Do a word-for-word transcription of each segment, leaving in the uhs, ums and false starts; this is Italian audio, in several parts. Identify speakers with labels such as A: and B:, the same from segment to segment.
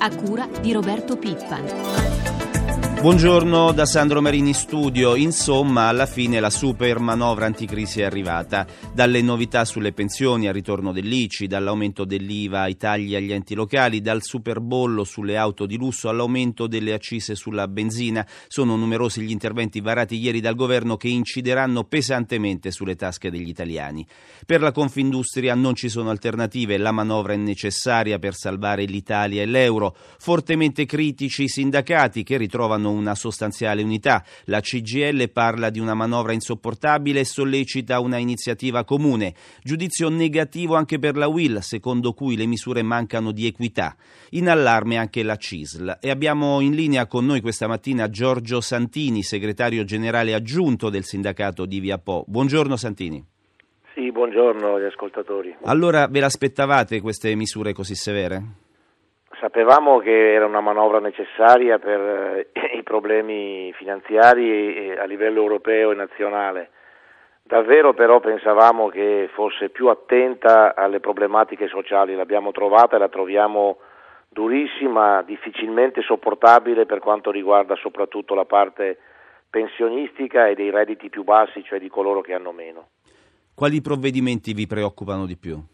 A: a cura di Roberto Pippan.
B: Buongiorno da Sandro Marini studio. Insomma, alla fine la super manovra anticrisi è arrivata. Dalle novità sulle pensioni al ritorno dell'I C I, dall'aumento dell'I V A ai tagli agli enti locali, dal superbollo sulle auto di lusso all'aumento delle accise sulla benzina. Sono numerosi gli interventi varati ieri dal governo che incideranno pesantemente sulle tasche degli italiani. Per la Confindustria non ci sono alternative, la manovra è necessaria per salvare l'Italia e l'euro. Fortemente critici i sindacati che ritrovano una sostanziale unità. La C G I L parla di una manovra insopportabile e sollecita una iniziativa comune. Giudizio negativo anche per la U I L, secondo cui le misure mancano di equità. In allarme anche la C I S L. E abbiamo in linea con noi questa mattina Giorgio Santini, segretario generale aggiunto del sindacato di Via Po. Buongiorno Santini.
C: Sì, buongiorno agli ascoltatori.
B: Allora, ve l'aspettavate queste misure così severe?
C: Sapevamo che era una manovra necessaria per eh, i problemi finanziari a livello europeo e nazionale. Davvero però pensavamo che fosse più attenta alle problematiche sociali. L'abbiamo trovata e la troviamo durissima, difficilmente sopportabile per quanto riguarda soprattutto la parte pensionistica e dei redditi più bassi, cioè di coloro che hanno meno.
B: Quali provvedimenti vi preoccupano di più?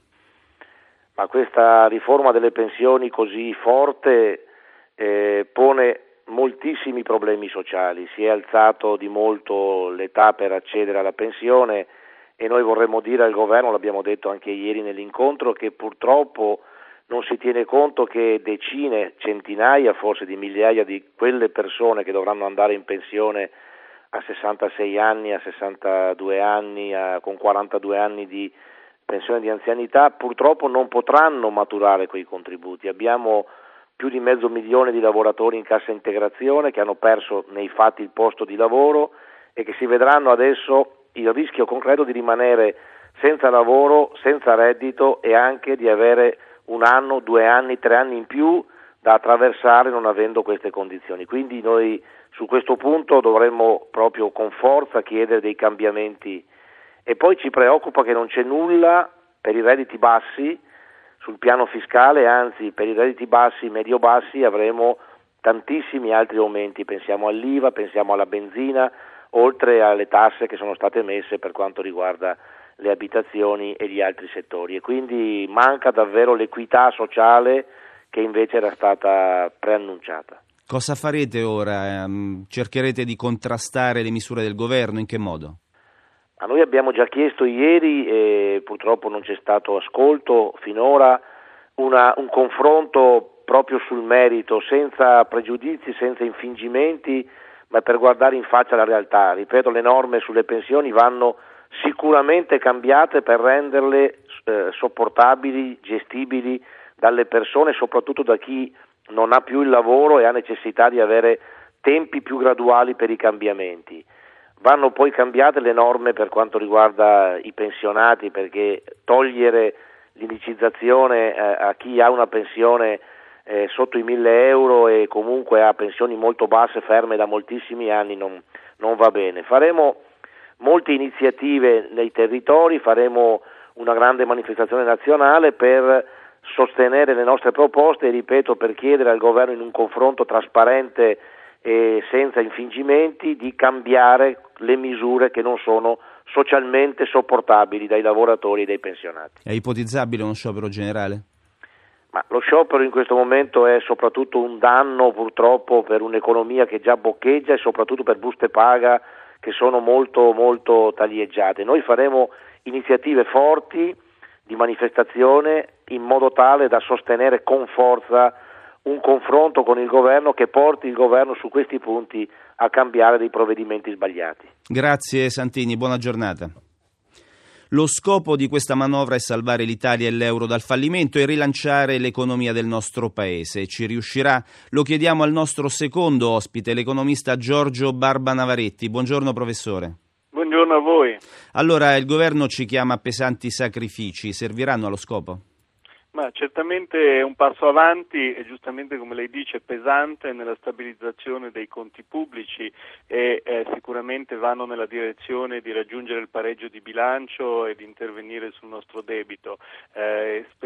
C: Ma questa riforma delle pensioni così forte eh, pone moltissimi problemi sociali. Si è alzato di molto l'età per accedere alla pensione e noi vorremmo dire al governo, l'abbiamo detto anche ieri nell'incontro, che purtroppo non si tiene conto che decine, centinaia forse di migliaia di quelle persone che dovranno andare in pensione a sessantasei anni, a sessantadue anni, a, con quarantadue anni di pensione di anzianità, purtroppo non potranno maturare quei contributi. Abbiamo più di mezzo milione di lavoratori in cassa integrazione che hanno perso nei fatti il posto di lavoro e che si vedranno adesso il rischio concreto di rimanere senza lavoro, senza reddito e anche di avere un anno, due anni, tre anni in più da attraversare non avendo queste condizioni. Quindi noi su questo punto dovremmo proprio con forza chiedere dei cambiamenti. E poi ci preoccupa che non c'è nulla per i redditi bassi sul piano fiscale, anzi per i redditi bassi, medio-bassi avremo tantissimi altri aumenti, pensiamo all'I V A, pensiamo alla benzina, oltre alle tasse che sono state messe per quanto riguarda le abitazioni e gli altri settori. E quindi manca davvero l'equità sociale che invece era stata preannunciata.
B: Cosa farete ora? Cercherete di contrastare le misure del governo? In che modo?
C: A noi abbiamo già chiesto ieri, e purtroppo non c'è stato ascolto finora, una, un confronto proprio sul merito, senza pregiudizi, senza infingimenti, ma per guardare in faccia la realtà. Ripeto, le norme sulle pensioni vanno sicuramente cambiate per renderle eh, sopportabili, gestibili dalle persone, soprattutto da chi non ha più il lavoro e ha necessità di avere tempi più graduali per i cambiamenti. Vanno poi cambiate le norme per quanto riguarda i pensionati, perché togliere l'indicizzazione eh, a chi ha una pensione eh, sotto i mille euro e comunque ha pensioni molto basse, ferme da moltissimi anni, non, non va bene. Faremo molte iniziative nei territori, faremo una grande manifestazione nazionale per sostenere le nostre proposte e, ripeto, per chiedere al governo in un confronto trasparente e senza infingimenti di cambiare le misure che non sono socialmente sopportabili dai lavoratori e dai pensionati.
B: È ipotizzabile uno sciopero generale?
C: Ma lo sciopero in questo momento è soprattutto un danno purtroppo per un'economia che già boccheggia e soprattutto per buste paga che sono molto molto taglieggiate. Noi faremo iniziative forti di manifestazione in modo tale da sostenere con forza un confronto con il governo che porti il governo su questi punti a cambiare dei provvedimenti sbagliati.
B: Grazie Santini, buona giornata. Lo scopo di questa manovra è salvare l'Italia e l'euro dal fallimento e rilanciare l'economia del nostro paese. Ci riuscirà? Lo chiediamo al nostro secondo ospite, l'economista Giorgio Barba Navaretti. Buongiorno professore.
D: Buongiorno a voi.
B: Allora, il governo ci chiama a pesanti sacrifici, serviranno allo scopo?
D: Ma certamente è un passo avanti e giustamente, come lei dice, pesante nella stabilizzazione dei conti pubblici e eh, sicuramente vanno nella direzione di raggiungere il pareggio di bilancio e di intervenire sul nostro debito. Eh, speriamo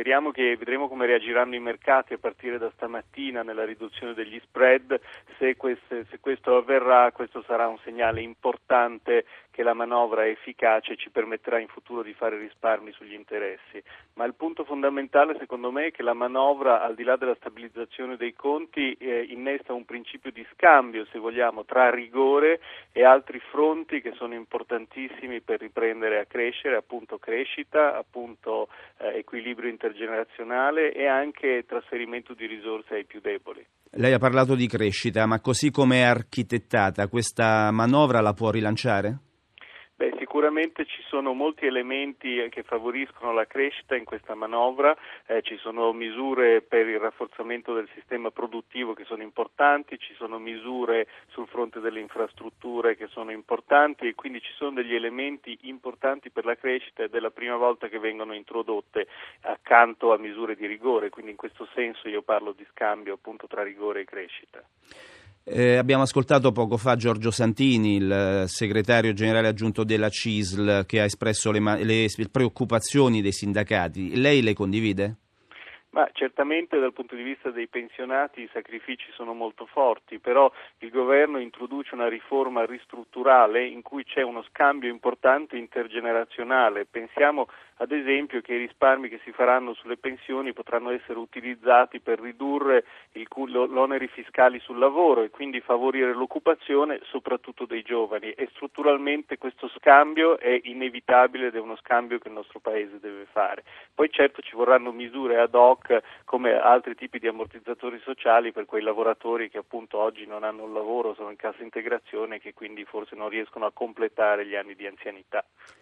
D: speriamo che vedremo come reagiranno i mercati a partire da stamattina nella riduzione degli spread. Se, queste, se questo avverrà, questo sarà un segnale importante che la manovra è efficace e ci permetterà in futuro di fare risparmi sugli interessi. Ma il punto fondamentale secondo me è che la manovra, al di là della stabilizzazione dei conti, eh, innesta un principio di scambio, se vogliamo, tra rigore e altri fronti che sono importantissimi per riprendere a crescere, appunto crescita, appunto eh, equilibrio intergenerazionale e anche trasferimento di risorse ai più deboli.
B: Lei ha parlato di crescita, ma così come è architettata, questa manovra la può rilanciare?
D: Beh, sicuramente ci sono molti elementi che favoriscono la crescita in questa manovra, eh, ci sono misure per il rafforzamento del sistema produttivo che sono importanti, ci sono misure sul fronte delle infrastrutture che sono importanti e quindi ci sono degli elementi importanti per la crescita ed è la prima volta che vengono introdotte accanto a misure di rigore, quindi in questo senso io parlo di scambio appunto tra rigore e crescita.
B: Eh, abbiamo ascoltato poco fa Giorgio Santini, il segretario generale aggiunto della C I S L, che ha espresso le, le preoccupazioni dei sindacati. Lei le condivide?
D: Ma certamente dal punto di vista dei pensionati i sacrifici sono molto forti, però il governo introduce una riforma ristrutturale in cui c'è uno scambio importante intergenerazionale. Pensiamo ad esempio che i risparmi che si faranno sulle pensioni potranno essere utilizzati per ridurre il, l'oneri fiscali sul lavoro e quindi favorire l'occupazione soprattutto dei giovani e strutturalmente questo scambio è inevitabile ed è uno scambio che il nostro Paese deve fare. Poi certo ci vorranno misure ad hoc come altri tipi di ammortizzatori sociali per quei lavoratori che appunto oggi non hanno un lavoro, sono in cassa integrazione e che quindi forse non riescono a completare gli anni di anzianità.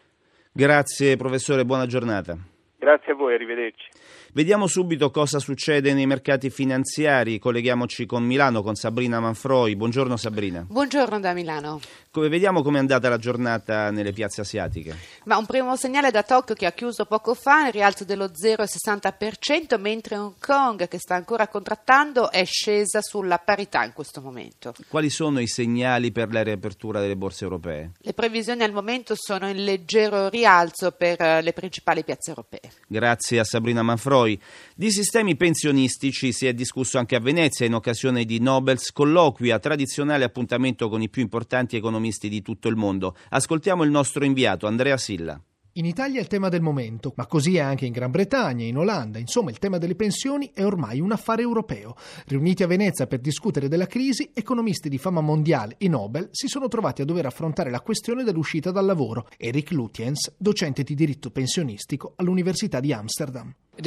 B: Grazie professore, buona giornata.
D: Grazie a voi, arrivederci.
B: Vediamo subito cosa succede nei mercati finanziari. Colleghiamoci con Milano, con Sabrina Manfroi. Buongiorno Sabrina.
E: Buongiorno da Milano.
B: Come vediamo com'è andata la giornata nelle piazze asiatiche?
E: Ma un primo segnale da Tokyo che ha chiuso poco fa, il rialzo dello zero virgola sessanta per cento, mentre Hong Kong, che sta ancora contrattando, è scesa sulla parità in questo momento.
B: Quali sono i segnali per la riapertura delle borse europee?
E: Le previsioni al momento sono in leggero rialzo per le principali piazze europee.
B: Grazie a Sabrina Manfroi. Di sistemi pensionistici si è discusso anche a Venezia in occasione di Nobel's Colloquia, tradizionale appuntamento con i più importanti economisti di tutto il mondo. Ascoltiamo il nostro inviato Andrea Silla.
F: In Italia è il tema del momento, ma così è anche in Gran Bretagna, in Olanda. Insomma, il tema delle pensioni è ormai un affare europeo. Riuniti a Venezia per discutere della crisi, economisti di fama mondiale e Nobel si sono trovati a dover affrontare la questione dell'uscita dal lavoro. Eric Lutyens, docente di diritto pensionistico all'Università di Amsterdam.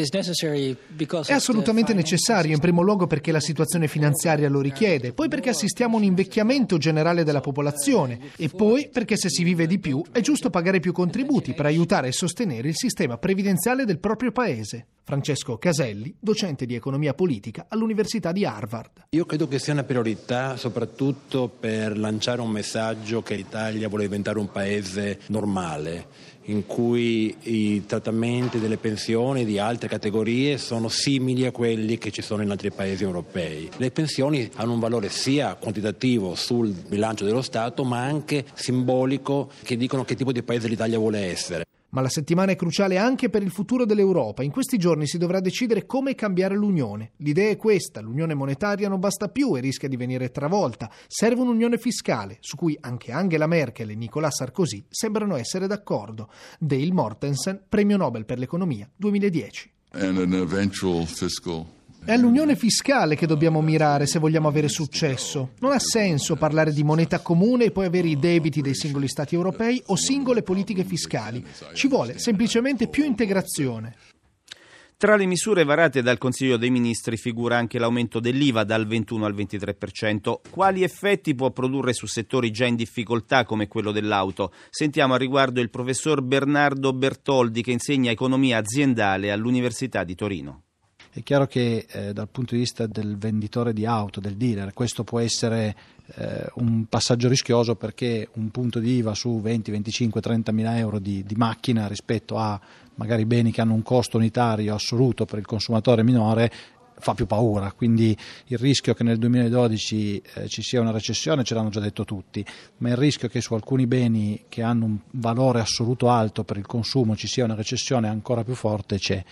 F: È assolutamente necessario, in primo luogo perché la situazione finanziaria lo richiede, poi perché assistiamo a un invecchiamento generale della popolazione e poi perché se si vive di più è giusto pagare più contributi per aiutare e sostenere il sistema previdenziale del proprio paese. Francesco Caselli, docente di economia politica all'Università di Harvard.
G: Io credo che sia una priorità soprattutto per lanciare un messaggio che l'Italia vuole diventare un paese normale, in cui i trattamenti delle pensioni di altre categorie sono simili a quelli che ci sono in altri paesi europei. Le pensioni hanno un valore sia quantitativo sul bilancio dello Stato, ma anche simbolico, che dicono che tipo di paese l'Italia vuole essere.
F: Ma la settimana è cruciale anche per il futuro dell'Europa. In questi giorni si dovrà decidere come cambiare l'Unione. L'idea è questa: l'Unione monetaria non basta più e rischia di venire travolta. Serve un'unione fiscale, su cui anche Angela Merkel e Nicolas Sarkozy sembrano essere d'accordo. Dale Mortensen, Premio Nobel per l'economia duemiladieci.
H: And an eventual fiscal
F: È all'unione fiscale che dobbiamo mirare se vogliamo avere successo. Non ha senso parlare di moneta comune e poi avere i debiti dei singoli stati europei o singole politiche fiscali. Ci vuole semplicemente più integrazione.
B: Tra le misure varate dal Consiglio dei Ministri figura anche l'aumento dell'I V A dal ventuno al ventitré per cento. Quali effetti può produrre su settori già in difficoltà come quello dell'auto? Sentiamo a riguardo il professor Bernardo Bertoldi, che insegna economia aziendale all'Università di Torino.
I: È chiaro che eh, dal punto di vista del venditore di auto, del dealer, questo può essere eh, un passaggio rischioso, perché un punto di I V A su venti, venticinque, trenta mila euro di, di macchina rispetto a magari beni che hanno un costo unitario assoluto per il consumatore minore fa più paura. Quindi il rischio che nel duemiladodici eh, ci sia una recessione ce l'hanno già detto tutti, ma il rischio che su alcuni beni che hanno un valore assoluto alto per il consumo ci sia una recessione ancora più forte c'è.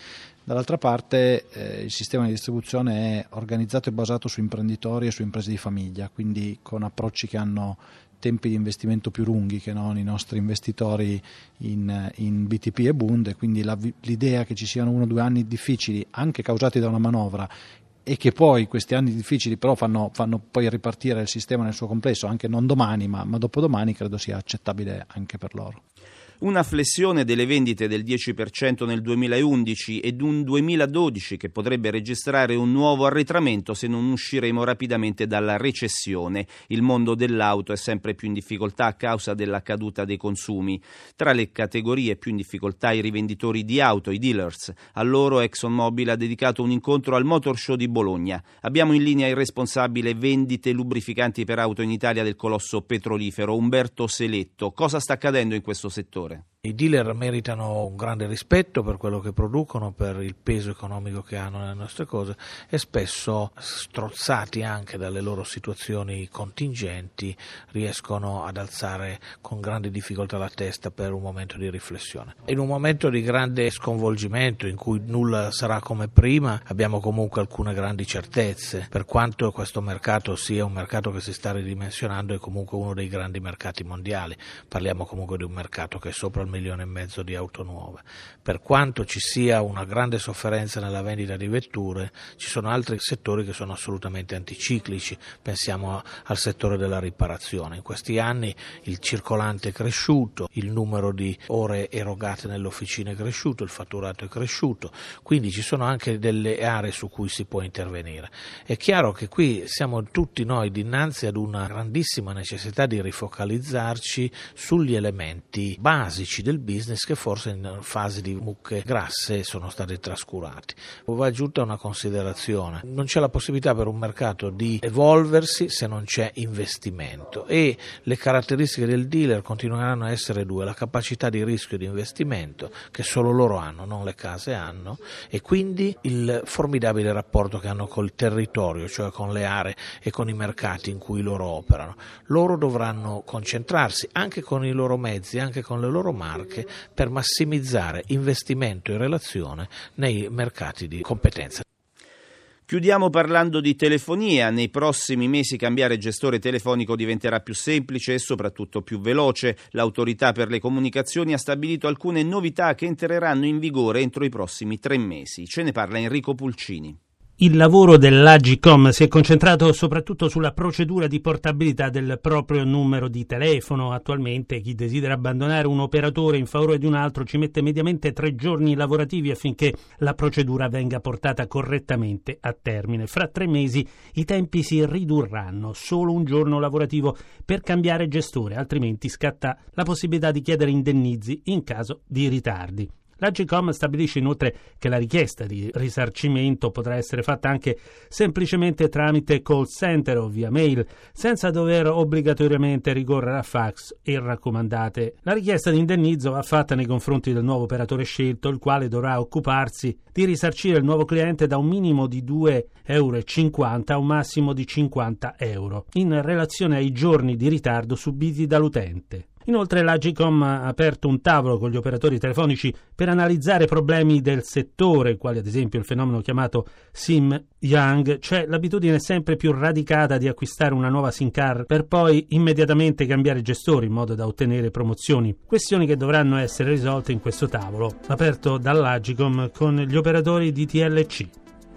I: Dall'altra parte eh, il sistema di distribuzione è organizzato e basato su imprenditori e su imprese di famiglia, quindi con approcci che hanno tempi di investimento più lunghi che non i nostri investitori in, in B T P e Bund, e quindi la, l'idea che ci siano uno o due anni difficili anche causati da una manovra e che poi questi anni difficili però fanno, fanno poi ripartire il sistema nel suo complesso, anche non domani ma, ma dopodomani, credo sia accettabile anche per loro.
B: Una flessione delle vendite del dieci per cento nel duemilaundici ed un duemiladodici che potrebbe registrare un nuovo arretramento se non usciremo rapidamente dalla recessione. Il mondo dell'auto è sempre più in difficoltà a causa della caduta dei consumi. Tra le categorie più in difficoltà i rivenditori di auto, i dealers. A loro ExxonMobil ha dedicato un incontro al Motor Show di Bologna. Abbiamo in linea il responsabile vendite lubrificanti per auto in Italia del colosso petrolifero, Umberto Seletto. Cosa sta accadendo in questo settore?
J: I dealer meritano un grande rispetto per quello che producono, per il peso economico che hanno nelle nostre cose, e spesso, strozzati anche dalle loro situazioni contingenti, riescono ad alzare con grande difficoltà la testa per un momento di riflessione. In un momento di grande sconvolgimento in cui nulla sarà come prima, abbiamo comunque alcune grandi certezze. Per quanto questo mercato sia un mercato che si sta ridimensionando, è comunque uno dei grandi mercati mondiali. Parliamo comunque di un mercato che è sopra il milione e mezzo di auto nuove. Per quanto ci sia una grande sofferenza nella vendita di vetture, ci sono altri settori che sono assolutamente anticiclici. Pensiamo al settore della riparazione. In questi anni il circolante è cresciuto, il numero di ore erogate nelle officine è cresciuto, il fatturato è cresciuto, quindi ci sono anche delle aree su cui si può intervenire. È chiaro che qui siamo tutti noi dinanzi ad una grandissima necessità di rifocalizzarci sugli elementi basici del business che forse in fase di mucche grasse sono stati trascurati. Va aggiunta una considerazione: non c'è la possibilità per un mercato di evolversi se non c'è investimento, e le caratteristiche del dealer continueranno a essere due: la capacità di rischio di investimento che solo loro hanno, non le case hanno, e quindi il formidabile rapporto che hanno col territorio, cioè con le aree e con i mercati in cui loro operano. Loro dovranno concentrarsi anche con i loro mezzi, anche con le loro marche, per massimizzare investimento e relazione nei mercati di competenza.
B: Chiudiamo parlando di telefonia. Nei prossimi mesi cambiare gestore telefonico diventerà più semplice e soprattutto più veloce. L'Autorità per le Comunicazioni ha stabilito alcune novità che entreranno in vigore entro i prossimi tre mesi. Ce ne parla Enrico Pulcini.
K: Il lavoro dell'Agcom si è concentrato soprattutto sulla procedura di portabilità del proprio numero di telefono. Attualmente chi desidera abbandonare un operatore in favore di un altro ci mette mediamente tre giorni lavorativi affinché la procedura venga portata correttamente a termine. Fra tre mesi i tempi si ridurranno, solo un giorno lavorativo per cambiare gestore, altrimenti scatta la possibilità di chiedere indennizzi in caso di ritardi. L'Agcom stabilisce inoltre che la richiesta di risarcimento potrà essere fatta anche semplicemente tramite call center o via mail, senza dover obbligatoriamente ricorrere a fax e raccomandate. La richiesta di indennizzo va fatta nei confronti del nuovo operatore scelto, il quale dovrà occuparsi di risarcire il nuovo cliente da un minimo di due virgola cinquanta euro a un massimo di cinquanta euro, in relazione ai giorni di ritardo subiti dall'utente. Inoltre l'Agcom ha aperto un tavolo con gli operatori telefonici per analizzare problemi del settore, quali ad esempio il fenomeno chiamato SIM Young, cioè l'abitudine sempre più radicata di acquistare una nuova SIM card per poi immediatamente cambiare gestore in modo da ottenere promozioni. Questioni che dovranno essere risolte in questo tavolo, aperto dall'Agcom con gli operatori di T L C.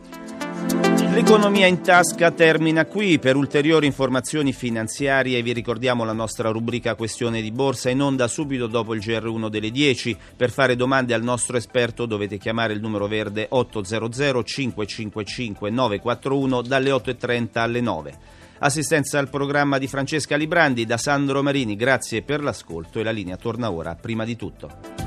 B: L'economia in tasca termina qui. Per ulteriori informazioni finanziarie vi ricordiamo la nostra rubrica Questione di Borsa, in onda subito dopo il G R uno delle dieci. Per fare domande al nostro esperto dovete chiamare il numero verde otto zero zero cinque cinque cinque nove quattro uno dalle otto e trenta alle nove. Assistenza al programma di Francesca Librandi, da Sandro Marini. Grazie per l'ascolto e la linea torna ora a Prima di Tutto.